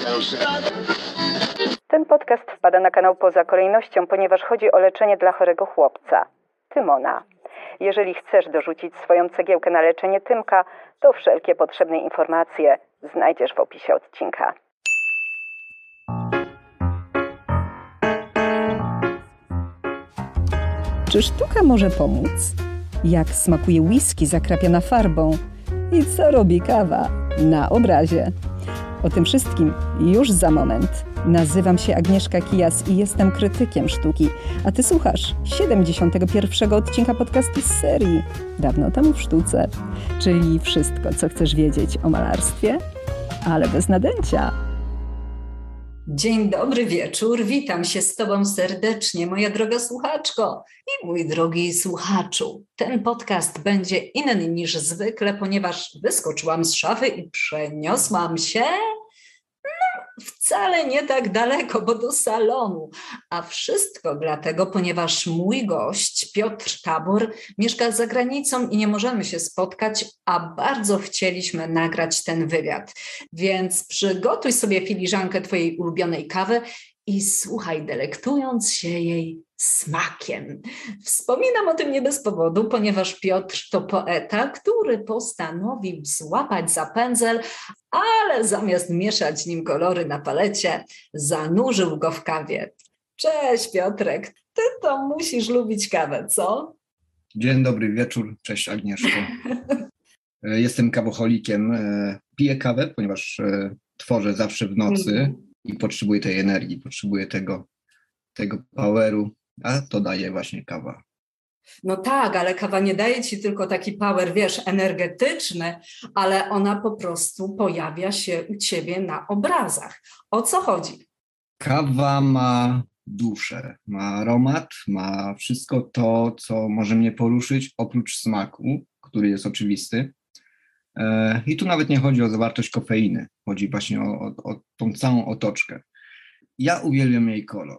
Ten podcast wpada na kanał poza kolejnością, ponieważ chodzi o leczenie dla chorego chłopca, Tymona. Jeżeli chcesz dorzucić swoją cegiełkę na leczenie Tymka, to wszelkie potrzebne informacje znajdziesz w opisie odcinka. Czy sztuka może pomóc? Jak smakuje whisky zakrapiana farbą? I co robi kawa na obrazie? O tym wszystkim już za moment. Nazywam się Agnieszka Kijas i jestem krytykiem sztuki, a ty słuchasz 71. odcinka podcastu z serii Dawno temu w sztuce, czyli wszystko, co chcesz wiedzieć o malarstwie, ale bez nadęcia. Dzień dobry wieczór, witam się z Tobą serdecznie, moja droga słuchaczko i mój drogi słuchaczu. Ten podcast będzie inny niż zwykle, ponieważ wyskoczyłam z szafy i przeniosłam się wcale nie tak daleko, bo do salonu. A wszystko dlatego, ponieważ mój gość, Piotr Tabor, mieszka za granicą i nie możemy się spotkać, a bardzo chcieliśmy nagrać ten wywiad. Więc przygotuj sobie filiżankę Twojej ulubionej kawy i słuchaj, delektując się jej smakiem. Wspominam o tym nie bez powodu, ponieważ Piotr to poeta, który postanowił złapać za pędzel, ale zamiast mieszać nim kolory na palecie, zanurzył go w kawie. Cześć Piotrek, ty to musisz lubić kawę, co? Dzień dobry wieczór, cześć Agnieszko. Jestem kawoholikiem, piję kawę, ponieważ tworzę zawsze w nocy i potrzebuję tej energii, potrzebuję tego poweru, a to daje właśnie kawa. No tak, ale kawa nie daje ci tylko taki power, wiesz, energetyczny, ale ona po prostu pojawia się u ciebie na obrazach. O co chodzi? Kawa ma duszę, ma aromat, ma wszystko to, co może mnie poruszyć, oprócz smaku, który jest oczywisty. I tu nawet nie chodzi o zawartość kofeiny, chodzi właśnie o tą całą otoczkę. Ja uwielbiam jej kolor.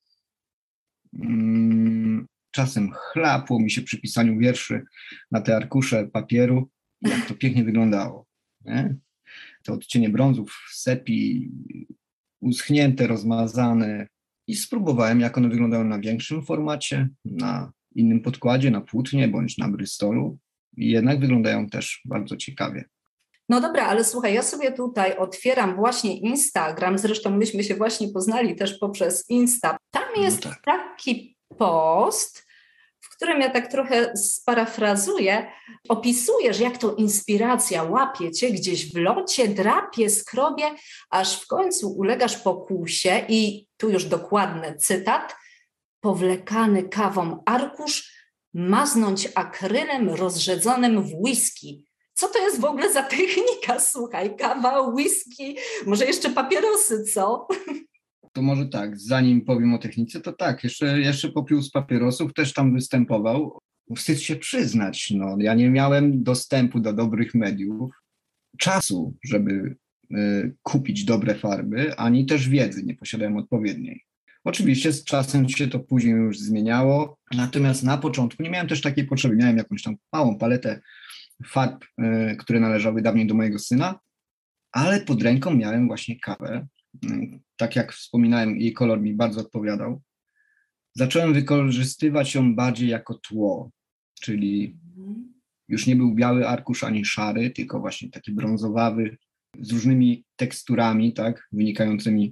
Czasem chlapło mi się przy pisaniu wierszy na te arkusze papieru, jak to pięknie wyglądało. Nie? Te odcienie brązów, sepi, uschnięte, rozmazane. I spróbowałem, jak one wyglądały na większym formacie, na innym podkładzie, na płótnie bądź na brystolu. I jednak wyglądają też bardzo ciekawie. No dobra, ale słuchaj, ja sobie tutaj otwieram właśnie Instagram, zresztą myśmy się właśnie poznali też poprzez Insta. Tam jest taki post, w którym ja tak trochę sparafrazuję, opisujesz, jak to inspiracja łapie cię gdzieś w locie, drapie, skrobie, aż w końcu ulegasz pokusie i tu już dokładny cytat, powlekany kawą arkusz maznąć akrylem rozrzedzonym w whisky. Co to jest w ogóle za technika? Słuchaj, kawa, whisky, może jeszcze papierosy, co? To może tak, zanim powiem o technice, to tak, jeszcze popiół z papierosów też tam występował. Wstyd się przyznać, no, ja nie miałem dostępu do dobrych mediów, czasu, żeby kupić dobre farby, ani też wiedzy, nie posiadałem odpowiedniej. Oczywiście z czasem się to później już zmieniało, natomiast na początku nie miałem też takiej potrzeby, miałem jakąś tam małą paletę farb, które należały dawniej do mojego syna, ale pod ręką miałem właśnie kawę. Tak jak wspominałem, jej kolor mi bardzo odpowiadał. Zacząłem wykorzystywać ją bardziej jako tło, czyli już nie był biały arkusz ani szary, tylko właśnie taki brązowawy, z różnymi teksturami, tak, wynikającymi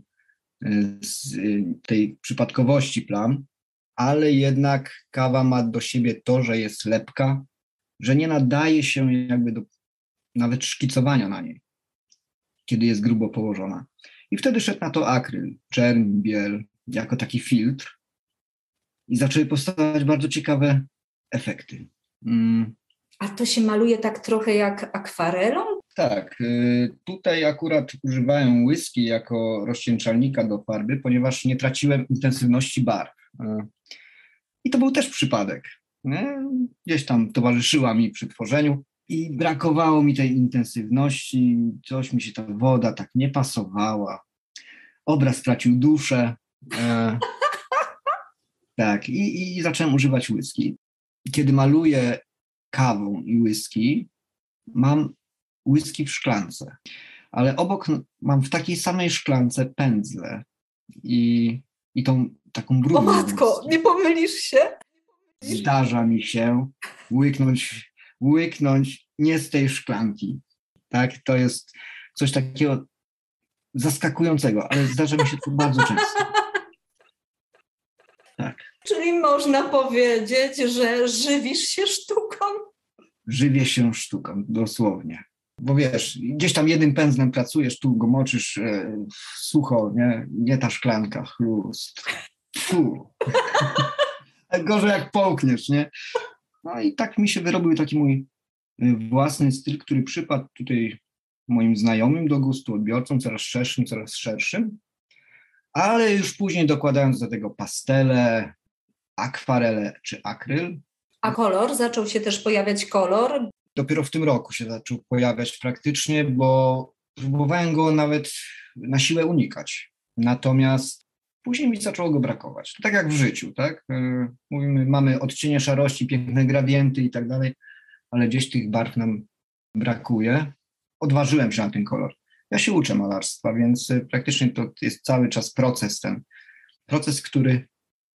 z tej przypadkowości plam, ale jednak kawa ma do siebie to, że jest lepka, że nie nadaje się jakby do nawet szkicowania na niej, kiedy jest grubo położona. I wtedy szedł na to akryl, czerń, biel, jako taki filtr i zaczęły powstawać bardzo ciekawe efekty. A to się maluje tak trochę jak akwarelą? Tak, tutaj akurat używałem whisky jako rozcieńczalnika do farby, ponieważ nie traciłem intensywności barw. I to był też przypadek. Gdzieś tam towarzyszyła mi przy tworzeniu i brakowało mi tej intensywności, coś mi się ta woda tak nie pasowała. Obraz stracił duszę. Tak, i zacząłem używać whisky. Kiedy maluję kawą i whisky, mam whisky w szklance. ale obok mam w takiej samej szklance pędzle i tą taką O brudną. matko, nie pomylisz się? Zdarza mi się łyknąć nie z tej szklanki. Tak, to jest coś takiego zaskakującego, ale zdarza mi się to bardzo często. Tak. Czyli można powiedzieć, że żywisz się sztuką? Żywię się sztuką, dosłownie. Bo wiesz, gdzieś tam jednym pędzlem pracujesz, tu go moczysz sucho, nie ta szklanka, chlust. Fu. Gorzej jak połkniesz, nie? No i tak mi się wyrobił taki mój własny styl, który przypadł tutaj moim znajomym do gustu, odbiorcom, coraz szerszym, ale już później dokładając do tego pastele, akwarele czy akryl. A kolor? Zaczął się też pojawiać kolor? Dopiero w tym roku się zaczął pojawiać praktycznie, bo próbowałem go nawet na siłę unikać. Natomiast później mi zaczęło go brakować. Tak jak w życiu, tak? Mówimy, mamy odcienie szarości, piękne gradienty i tak dalej, ale gdzieś tych barw nam brakuje. Odważyłem się na ten kolor. Ja się uczę malarstwa, więc praktycznie to jest cały czas proces ten. Proces, który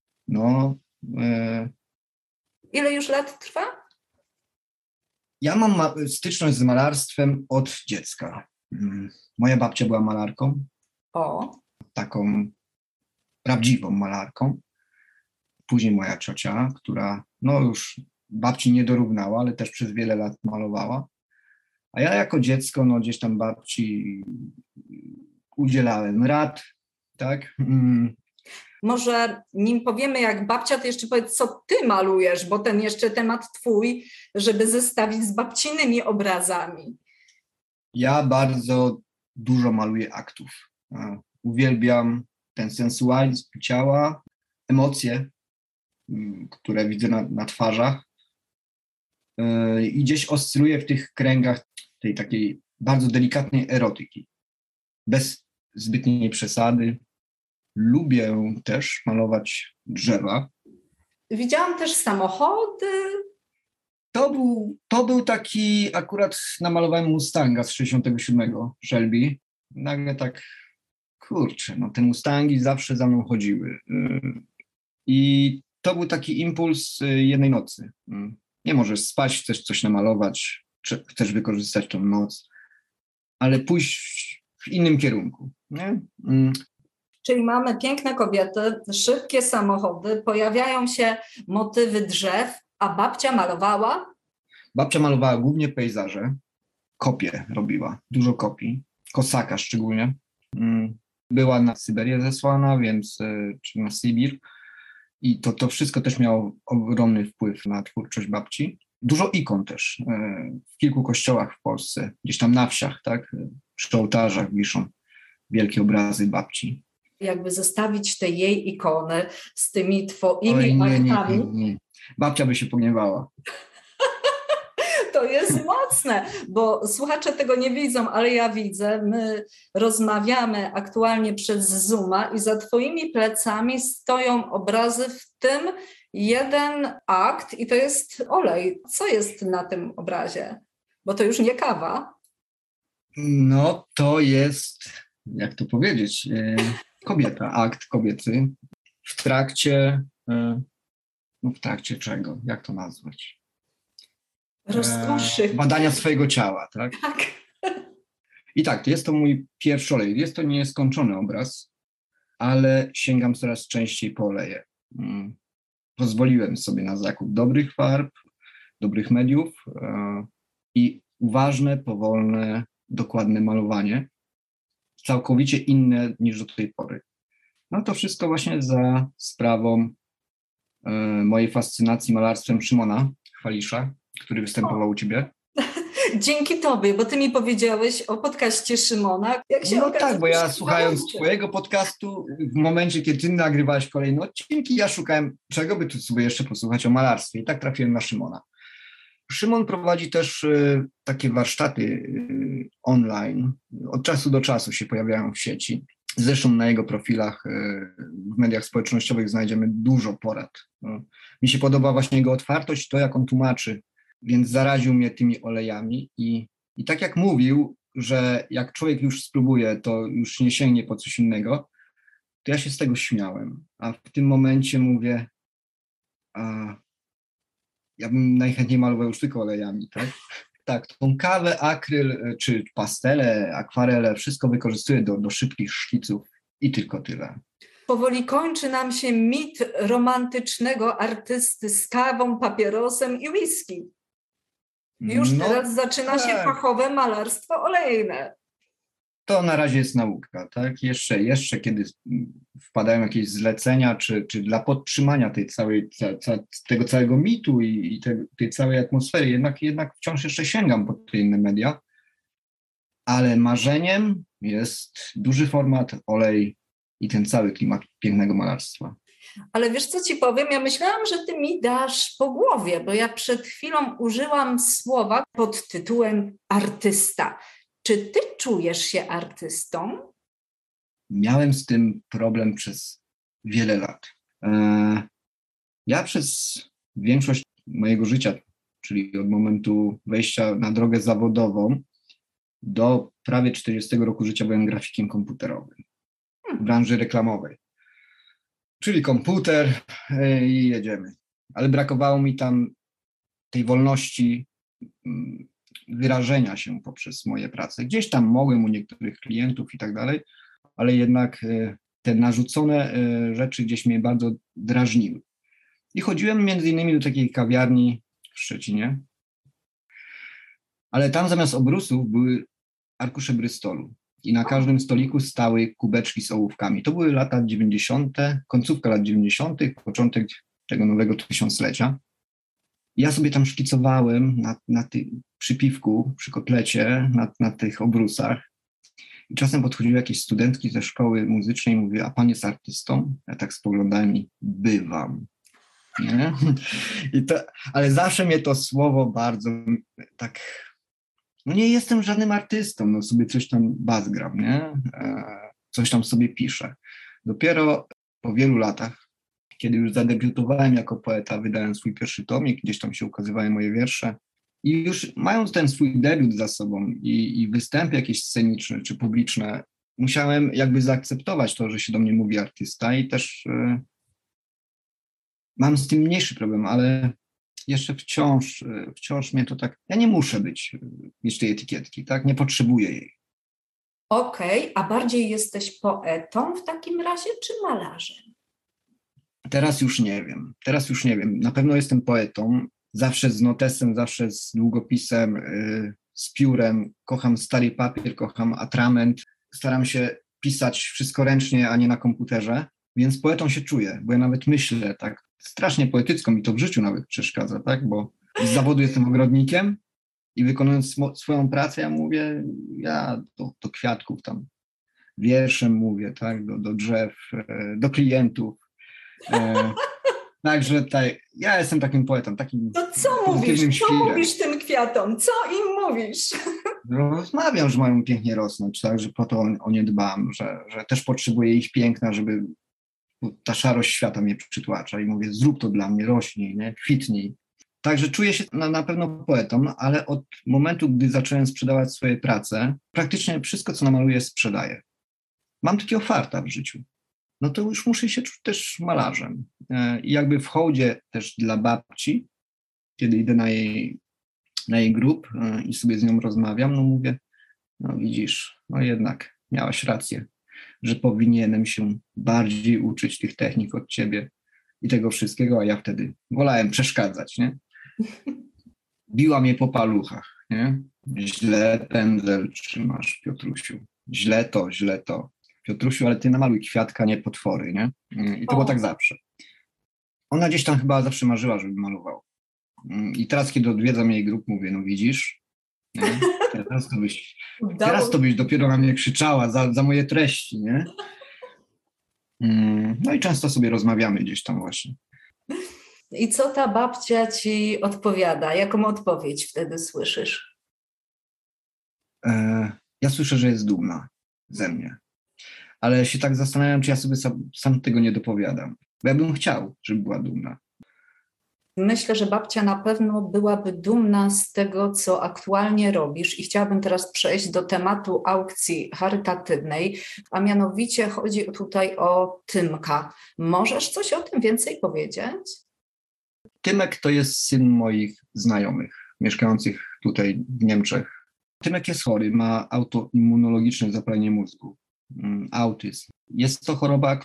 Ile już lat trwa? Ja mam styczność z malarstwem od dziecka. Moja babcia była malarką. O. Taką prawdziwą malarką. Później moja ciocia, która już babci nie dorównała, ale też przez wiele lat malowała. A ja jako dziecko gdzieś tam babci udzielałem rad, tak? Może nim powiemy jak babcia, to jeszcze powiedz, co ty malujesz, bo ten jeszcze temat twój, żeby zestawić z babcininymi obrazami. Ja bardzo dużo maluję aktów. Uwielbiam ten sensualizm ciała, emocje, które widzę na twarzach. I gdzieś oscyluję w tych kręgach tej takiej bardzo delikatnej erotyki. Bez zbytniej przesady. Lubię też malować drzewa. Widziałam też samochody. To był taki, akurat namalowałem Mustanga z 67 Shelby. Nagle tak, kurczę, te Mustangi zawsze za mną chodziły. I to był taki impuls jednej nocy. Nie możesz spać, chcesz coś namalować, chcesz wykorzystać tą noc, ale pójść w innym kierunku. Nie? Czyli mamy piękne kobiety, szybkie samochody, pojawiają się motywy drzew, a babcia malowała? Babcia malowała głównie pejzaże, kopie robiła, dużo kopii, kosaka szczególnie. Była na Syberię zesłana, więc czy na Sybir. I to wszystko też miało ogromny wpływ na twórczość babci. Dużo ikon też w kilku kościołach w Polsce, gdzieś tam na wsiach, tak? Przy ołtarzach wiszą wielkie obrazy babci. Jakby zestawić te jej ikony z tymi twoimi aktami. Nie. Babcia by się pogniewała. To jest mocne, bo słuchacze tego nie widzą, ale ja widzę. My rozmawiamy aktualnie przez Zooma i za twoimi plecami stoją obrazy, w tym jeden akt i to jest olej. Co jest na tym obrazie? Bo to już nie kawa. To jest, jak to powiedzieć, kobieta, akt kobiecy w trakcie czego? Jak to nazwać? Rozkoszy. Badania swojego ciała, tak? Tak. I tak, jest to mój pierwszy olej. Jest to nieskończony obraz, ale sięgam coraz częściej po oleje. Pozwoliłem sobie na zakup dobrych farb, dobrych mediów i uważne, powolne, dokładne malowanie, całkowicie inne niż do tej pory. To wszystko właśnie za sprawą mojej fascynacji malarstwem Szymona Chwalisza, który występował u ciebie. Dzięki tobie, bo ty mi powiedziałeś o podcaście Szymona. Jak się tak, bo ja słuchając twojego podcastu, w momencie, kiedy ty nagrywałeś kolejne odcinki, ja szukałem, czego by tu sobie jeszcze posłuchać o malarstwie i tak trafiłem na Szymona. Szymon prowadzi też takie warsztaty online. Od czasu do czasu się pojawiają w sieci. Zresztą na jego profilach w mediach społecznościowych znajdziemy dużo porad. Mi się podoba właśnie jego otwartość, to jak on tłumaczy, więc zaraził mnie tymi olejami i tak jak mówił, że jak człowiek już spróbuje, to już nie sięgnie po coś innego, to ja się z tego śmiałem. A w tym momencie mówię, ja bym najchętniej malował już tylko olejami, tak? Tak, tą kawę, akryl, czy pastele, akwarele, wszystko wykorzystuję do szybkich szkiców i tylko tyle. Powoli kończy nam się mit romantycznego artysty z kawą, papierosem i whisky. Już teraz zaczyna się fachowe malarstwo olejne. To na razie jest nauka, tak? Jeszcze kiedy wpadają jakieś zlecenia, czy dla podtrzymania tego całego mitu i tej całej atmosfery, jednak wciąż jeszcze sięgam po te inne media, ale marzeniem jest duży format, olej i ten cały klimat pięknego malarstwa. Ale wiesz, co ci powiem? Ja myślałam, że ty mi dasz po głowie, bo ja przed chwilą użyłam słowa pod tytułem artysta. Czy ty czujesz się artystą? Miałem z tym problem przez wiele lat. Ja przez większość mojego życia, czyli od momentu wejścia na drogę zawodową do prawie 40 roku życia byłem grafikiem komputerowym w branży reklamowej. Czyli komputer i jedziemy. Ale brakowało mi tam tej wolności wyrażenia się poprzez moje prace. Gdzieś tam mogłem u niektórych klientów i tak dalej, ale jednak te narzucone rzeczy gdzieś mnie bardzo drażniły. I chodziłem między innymi do takiej kawiarni w Szczecinie, ale tam zamiast obrusów były arkusze Bristolu i na każdym stoliku stały kubeczki z ołówkami. To były lata 90., końcówka lat 90., początek tego nowego tysiąclecia. Ja sobie tam szkicowałem przy piwku, przy kotlecie, na tych obrusach. I czasem podchodziły jakieś studentki ze szkoły muzycznej i mówiły, a pan jest artystą? Ja tak spoglądałem i bywam. Nie? Ale zawsze mnie to słowo bardzo tak... No nie jestem żadnym artystą, no sobie coś tam bazgram, nie? Coś tam sobie piszę. Dopiero po wielu latach, kiedy już zadebiutowałem jako poeta, wydałem swój pierwszy tomik, gdzieś tam się ukazywały moje wiersze i już mając ten swój debiut za sobą i występy jakieś sceniczne czy publiczne, musiałem jakby zaakceptować to, że się do mnie mówi artysta i też mam z tym mniejszy problem, ale jeszcze wciąż mnie to tak, ja nie muszę mieć tej etykietki, tak? Nie potrzebuję jej. Okej, a bardziej jesteś poetą w takim razie, czy malarzem? Teraz już nie wiem. Na pewno jestem poetą. Zawsze z notesem, zawsze z długopisem, z piórem. Kocham stary papier, kocham atrament. Staram się pisać wszystko ręcznie, a nie na komputerze. Więc poetą się czuję, bo ja nawet myślę tak strasznie poetycko, mi to w życiu nawet przeszkadza, tak? Bo z zawodu jestem ogrodnikiem i wykonując swoją pracę, ja mówię, ja do kwiatków tam wierszem mówię, tak? Do drzew, do klientów. Także ja jestem takim poetą, takim to co mówisz? Co mówisz tym kwiatom? Co im mówisz? Rozmawiam, że mają pięknie rosnąć, tak, że po to o nie dbam, że też potrzebuję ich piękna, żeby ta szarość świata mnie przytłacza i mówię, zrób to dla mnie, rośnij, nie? Kwitnij. Także czuję się na pewno poetą, ale od momentu, gdy zacząłem sprzedawać swoje prace, praktycznie wszystko, co namaluję, sprzedaję. Mam takiego farta w życiu. No to już muszę się czuć też malarzem. I jakby w hołdzie też dla babci, kiedy idę na jej grób i sobie z nią rozmawiam, no mówię, no widzisz, no jednak miałaś rację, że powinienem się bardziej uczyć tych technik od ciebie i tego wszystkiego, a ja wtedy wolałem przeszkadzać, nie? Biła mnie po paluchach, nie? Źle pędzel trzymasz, Piotrusiu. Źle to. Piotrusiu, ale ty namaluj kwiatka, nie potwory, nie? I to było tak zawsze. Ona gdzieś tam chyba zawsze marzyła, żeby malował. I teraz, kiedy odwiedzam jej grup, mówię, no widzisz, nie? Teraz to byś dopiero na mnie krzyczała za moje treści, nie? No i często sobie rozmawiamy gdzieś tam właśnie. I co ta babcia ci odpowiada? Jaką odpowiedź wtedy słyszysz? Ja słyszę, że jest dumna ze mnie. Ale się tak zastanawiam, czy ja sobie sam tego nie dopowiadam. Bo ja bym chciał, żeby była dumna. Myślę, że babcia na pewno byłaby dumna z tego, co aktualnie robisz i chciałabym teraz przejść do tematu aukcji charytatywnej, a mianowicie chodzi tutaj o Tymka. Możesz coś o tym więcej powiedzieć? Tymek to jest syn moich znajomych, mieszkających tutaj w Niemczech. Tymek jest chory, ma autoimmunologiczne zapalenie mózgu, autyzm. Jest to choroba,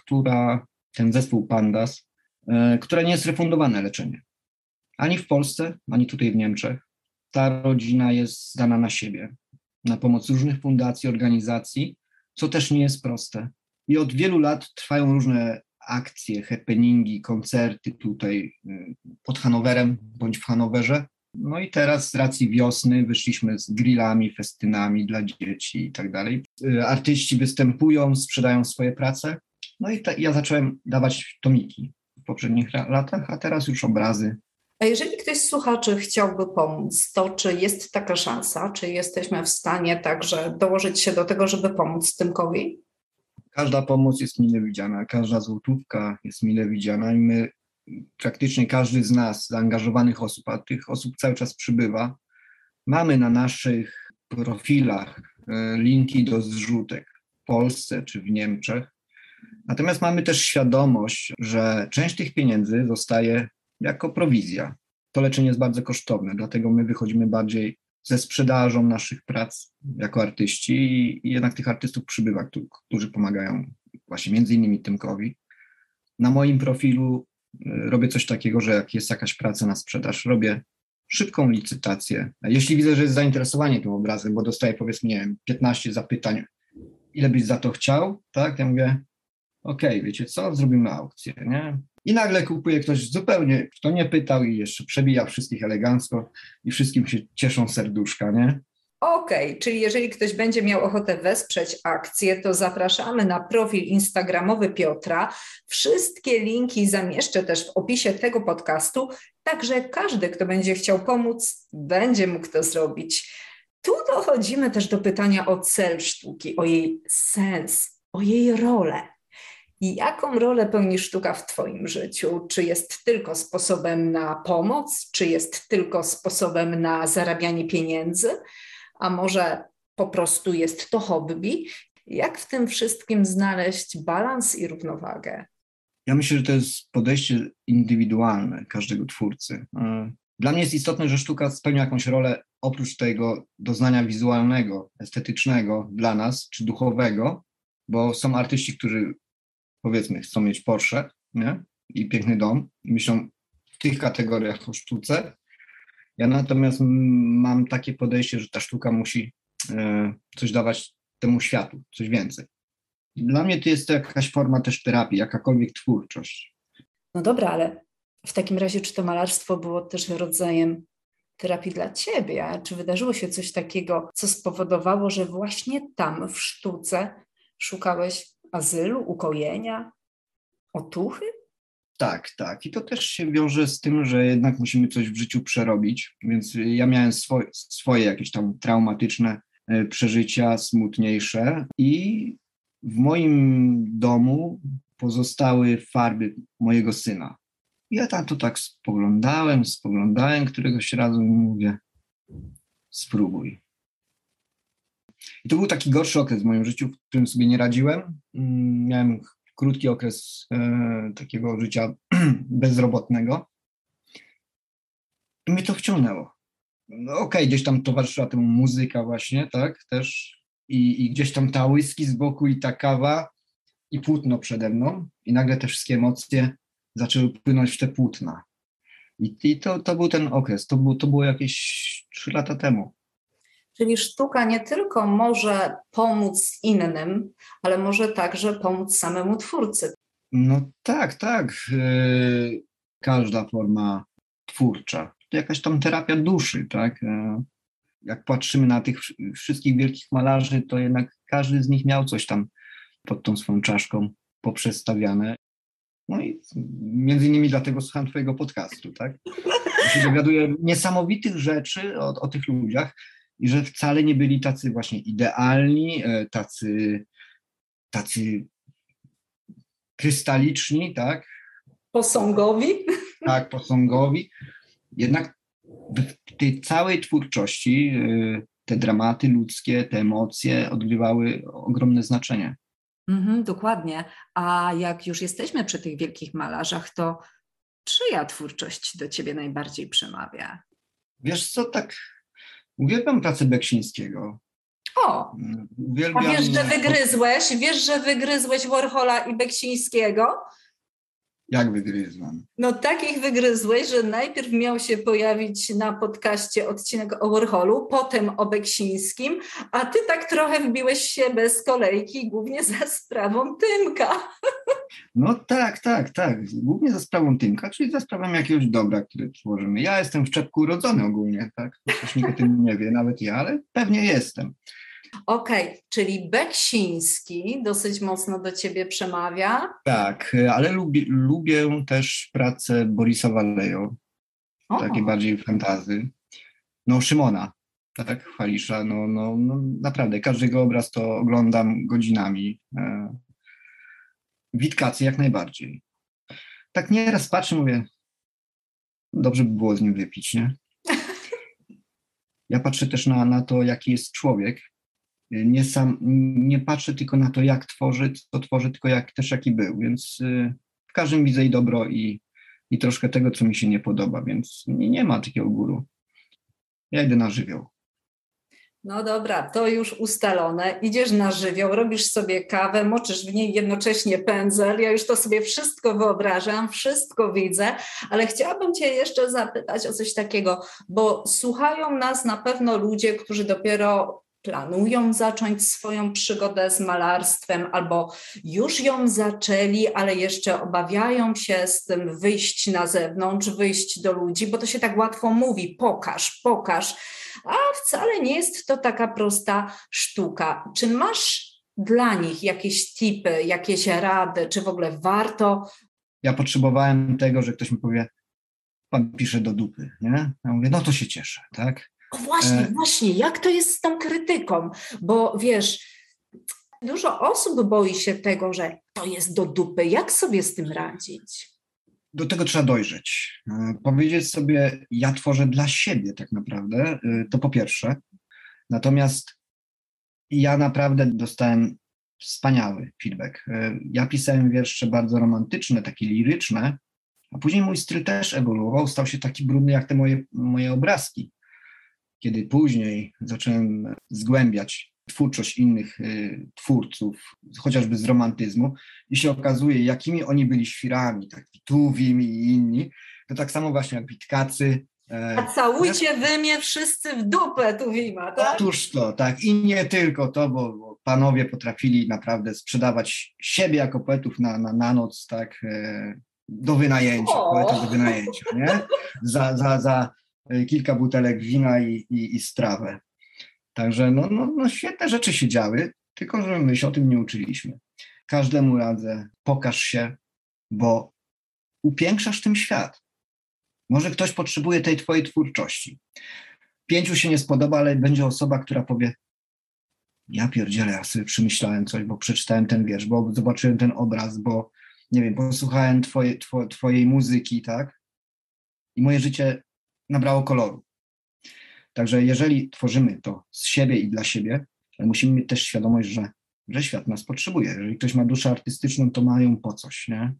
ten zespół PANDAS, która nie jest refundowane leczenie. Ani w Polsce, ani tutaj w Niemczech. Ta rodzina jest zdana na siebie, na pomoc różnych fundacji, organizacji, co też nie jest proste. I od wielu lat trwają różne akcje, happeningi, koncerty tutaj pod Hanowerem bądź w Hanowerze. No i teraz z racji wiosny wyszliśmy z grillami, festynami dla dzieci i tak dalej. Artyści występują, sprzedają swoje prace. No i ja zacząłem dawać tomiki w poprzednich latach, a teraz już obrazy. A jeżeli ktoś z słuchaczy chciałby pomóc, to czy jest taka szansa? Czy jesteśmy w stanie także dołożyć się do tego, żeby pomóc Tymkowi? Każda pomoc jest mile widziana, każda złotówka jest mile widziana i my, praktycznie każdy z nas, zaangażowanych osób, a tych osób cały czas przybywa, mamy na naszych profilach linki do zrzutek w Polsce czy w Niemczech. Natomiast mamy też świadomość, że część tych pieniędzy zostaje jako prowizja. To leczenie jest bardzo kosztowne, dlatego my wychodzimy bardziej ze sprzedażą naszych prac jako artyści i jednak tych artystów przybywa, którzy pomagają właśnie między innymi Tymkowi. Na moim profilu robię coś takiego, że jak jest jakaś praca na sprzedaż, robię szybką licytację. Jeśli widzę, że jest zainteresowanie tym obrazem, bo dostaję powiedzmy, nie wiem, 15 zapytań, ile byś za to chciał, tak? Ja mówię, okej, wiecie co, zrobimy aukcję, nie? I nagle kupuje ktoś zupełnie, kto nie pytał i jeszcze przebija wszystkich elegancko i wszystkim się cieszą serduszka, nie? Okej, czyli jeżeli ktoś będzie miał ochotę wesprzeć akcję, to zapraszamy na profil instagramowy Piotra. Wszystkie linki zamieszczę też w opisie tego podcastu, także każdy, kto będzie chciał pomóc, będzie mógł to zrobić. Tu dochodzimy też do pytania o cel sztuki, o jej sens, o jej rolę. I jaką rolę pełni sztuka w Twoim życiu? Czy jest tylko sposobem na pomoc? Czy jest tylko sposobem na zarabianie pieniędzy? A może po prostu jest to hobby? Jak w tym wszystkim znaleźć balans i równowagę? Ja myślę, że to jest podejście indywidualne każdego twórcy. Dla mnie jest istotne, że sztuka spełnia jakąś rolę oprócz tego doznania wizualnego, estetycznego dla nas, czy duchowego, bo są artyści, którzy powiedzmy chcą mieć Porsche, nie? I piękny dom i myślą w tych kategoriach o sztuce. Ja natomiast mam takie podejście, że ta sztuka musi coś dawać temu światu, coś więcej. Dla mnie to jest to jakaś forma też terapii, jakakolwiek twórczość. No dobra, ale w takim razie czy to malarstwo było też rodzajem terapii dla ciebie? A czy wydarzyło się coś takiego, co spowodowało, że właśnie tam w sztuce szukałeś azylu, ukojenia, otuchy? Tak. I to też się wiąże z tym, że jednak musimy coś w życiu przerobić, więc ja miałem swoje jakieś tam traumatyczne przeżycia, smutniejsze i w moim domu pozostały farby mojego syna. Ja tam to tak spoglądałem, któregoś razu i mówię, spróbuj. I to był taki gorszy okres w moim życiu, w którym sobie nie radziłem. Miałem krótki okres takiego życia bezrobotnego. I mnie to wciągnęło. No okej, gdzieś tam towarzyszyła temu muzyka właśnie, tak, też. I gdzieś tam ta whisky z boku i ta kawa i płótno przede mną. I nagle te wszystkie emocje zaczęły płynąć w te płótna. I to był ten okres. To było jakieś 3 lata temu. Czyli sztuka nie tylko może pomóc innym, ale może także pomóc samemu twórcy. No tak. Każda forma twórcza. To jakaś tam terapia duszy, tak? Jak patrzymy na tych wszystkich wielkich malarzy, to jednak każdy z nich miał coś tam pod tą swoją czaszką poprzestawiane. No i między innymi dlatego słucham twojego podcastu, tak? Ja się dowiaduję niesamowitych rzeczy o tych ludziach i że wcale nie byli tacy właśnie idealni, tacy krystaliczni, tak? Posągowi? tak, posągowi. Jednak w tej całej twórczości te dramaty ludzkie, te emocje odgrywały ogromne znaczenie. Dokładnie. A jak już jesteśmy przy tych wielkich malarzach, to czyja twórczość do ciebie najbardziej przemawia? Wiesz co, tak uwielbiam pracę Beksińskiego. O, Uwielbiam... a wiesz, że wygryzłeś Warhola i Beksińskiego? Jak wygryzłam? No takich wygryzłeś, że najpierw miał się pojawić na podcaście odcinek o Warholu, potem o Beksińskim, a ty tak trochę wbiłeś się bez kolejki, głównie za sprawą Tymka. No tak. Głównie za sprawą Tymka, czyli za sprawą jakiegoś dobra, które tworzymy. Ja jestem w czepku urodzony ogólnie, tak? Chociaż nikt o tym nie wie, nawet ja, ale pewnie jestem. Okej, czyli Beksiński dosyć mocno do ciebie przemawia. Tak, ale lubię też pracę Borisa Vallejo, takie bardziej fantazy. No Szymona, tak, Chwalisza, no naprawdę, każdego obraz to oglądam godzinami. Witkacy jak najbardziej. Tak nieraz patrzę, mówię, dobrze by było z nim wypić, nie? Ja patrzę też na to, jaki jest człowiek. Nie patrzę tylko na to, jak tworzy, co tworzy, tylko jaki był, więc w każdym widzę i dobro i troszkę tego, co mi się nie podoba, więc nie ma takiego guru. Ja idę na żywioł. No dobra, to już ustalone. Idziesz na żywioł, robisz sobie kawę, moczysz w niej jednocześnie pędzel. Ja już to sobie wszystko wyobrażam, wszystko widzę, ale chciałabym cię jeszcze zapytać o coś takiego, bo słuchają nas na pewno ludzie, którzy dopiero planują zacząć swoją przygodę z malarstwem albo już ją zaczęli, ale jeszcze obawiają się z tym wyjść na zewnątrz, wyjść do ludzi, bo to się tak łatwo mówi, pokaż, a wcale nie jest to taka prosta sztuka. Czy masz dla nich jakieś tipy, jakieś rady, czy w ogóle warto? Ja potrzebowałem tego, że ktoś mi powie, pan pisze do dupy, nie? Ja mówię, no to się cieszę, tak? O właśnie, jak to jest z tą krytyką? Bo wiesz, dużo osób boi się tego, że to jest do dupy. Jak sobie z tym radzić? Do tego trzeba dojrzeć. Powiedzieć sobie, ja tworzę dla siebie tak naprawdę, to po pierwsze. Natomiast ja naprawdę dostałem wspaniały feedback. Ja pisałem wiersze bardzo romantyczne, takie liryczne, a później mój styl też ewoluował, stał się taki brudny jak te moje obrazki. Kiedy później zacząłem zgłębiać twórczość innych twórców, chociażby z romantyzmu, i się okazuje, jakimi oni byli świrami, tak Tuwim i inni, to tak samo właśnie jak Witkacy. A całujcie wy mnie wszyscy w dupę Tuwima, tak? Otóż to, tak. I nie tylko to, bo panowie potrafili naprawdę sprzedawać siebie jako poetów na noc, tak, do wynajęcia, poeta do wynajęcia, nie? Za kilka butelek wina i strawę. Także no świetne rzeczy się działy, tylko że my się o tym nie uczyliśmy. Każdemu radzę, pokaż się, bo upiększasz tym świat. Może ktoś potrzebuje tej twojej twórczości. 5 się nie spodoba, ale będzie osoba, która powie, ja pierdzielę, ja sobie przemyślałem coś, bo przeczytałem ten wiersz, bo zobaczyłem ten obraz, bo nie wiem, posłuchałem twojej muzyki, tak? I moje życie nabrało koloru. Także jeżeli tworzymy to z siebie i dla siebie, ale musimy mieć też świadomość, że świat nas potrzebuje. Jeżeli ktoś ma duszę artystyczną, to mają po coś, nie?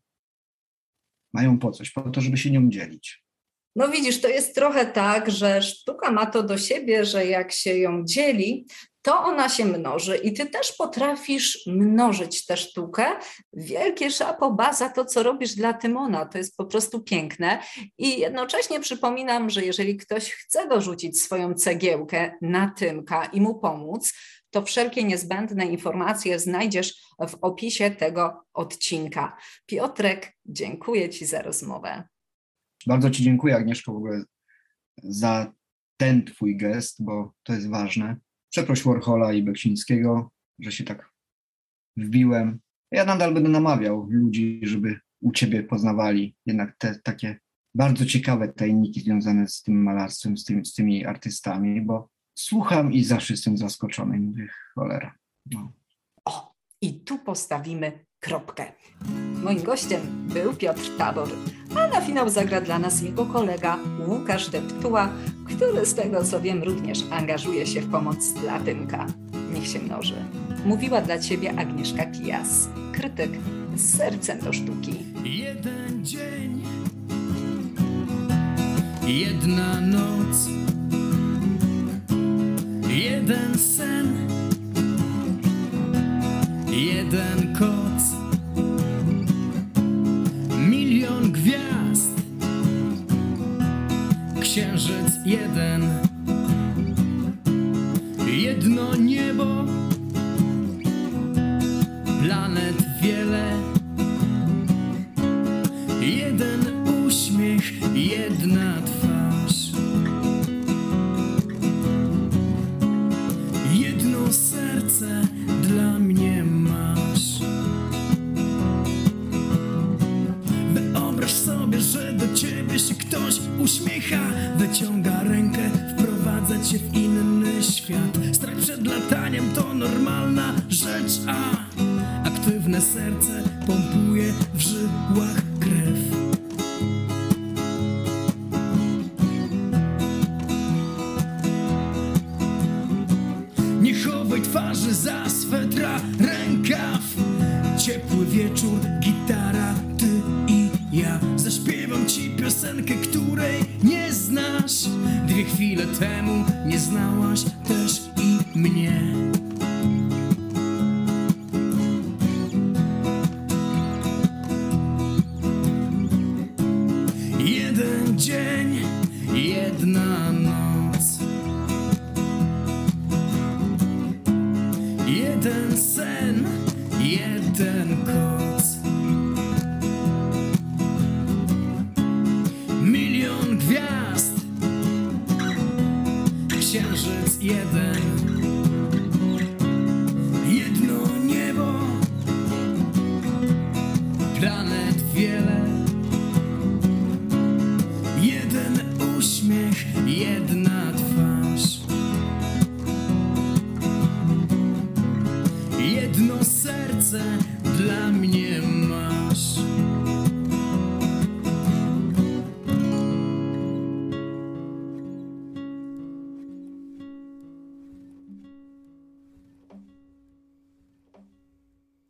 Mają po coś, po to, żeby się nią dzielić. No widzisz, to jest trochę tak, że sztuka ma to do siebie, że jak się ją dzieli, to ona się mnoży i ty też potrafisz mnożyć tę sztukę. Wielkie chapeau bas za to, co robisz dla Tymona. To jest po prostu piękne. I jednocześnie przypominam, że jeżeli ktoś chce dorzucić swoją cegiełkę na Tymka i mu pomóc, to wszelkie niezbędne informacje znajdziesz w opisie tego odcinka. Piotrek, dziękuję ci za rozmowę. Bardzo ci dziękuję, Agnieszko, w ogóle za ten twój gest, bo to jest ważne. Przeproś Warhola i Beksińskiego, że się tak wbiłem. Ja nadal będę namawiał ludzi, żeby u ciebie poznawali jednak te takie bardzo ciekawe tajniki związane z tym malarstwem, z tymi artystami, bo słucham i zawsze jestem zaskoczony. Mówię, cholera. No. O, i tu postawimy kropkę. Moim gościem był Piotr Tabor, a na finał zagra dla nas jego kolega Łukasz Deptuła, który z tego co wiem również angażuje się w pomoc dla Tymka. Niech się mnoży. Mówiła dla Ciebie Agnieszka Kijas, krytyk z sercem do sztuki. Jeden dzień, jedna noc, jeden sen, jeden koc, milion gwiazd, księżyc jeden, jedno niebo, planet wiele, jeden uśmiech, jedna twarz, jedno serce dla mnie masz. Wyobraź sobie, że do ciebie się ktoś uśmiecha, wyciąga rękę, wprowadza cię w inny świat. Strach przed lataniem to normalna rzecz, a aktywne serce pompuje w żyłach krew. Nie chowaj twarzy za swetra, rękaw. Ciepły wieczór, gitara, ty i ja. Zaśpiewam ci piosenkę, której nie znasz. 2 chwile temu nie znałaś też i mnie. Jeden dzień, jedna noc, jeden sen, jeden koc, milion gwiazd, księżyc jeden, jedno niebo, planet wiele, jeden uśmiech, jedna twarz, jedno serce dla mnie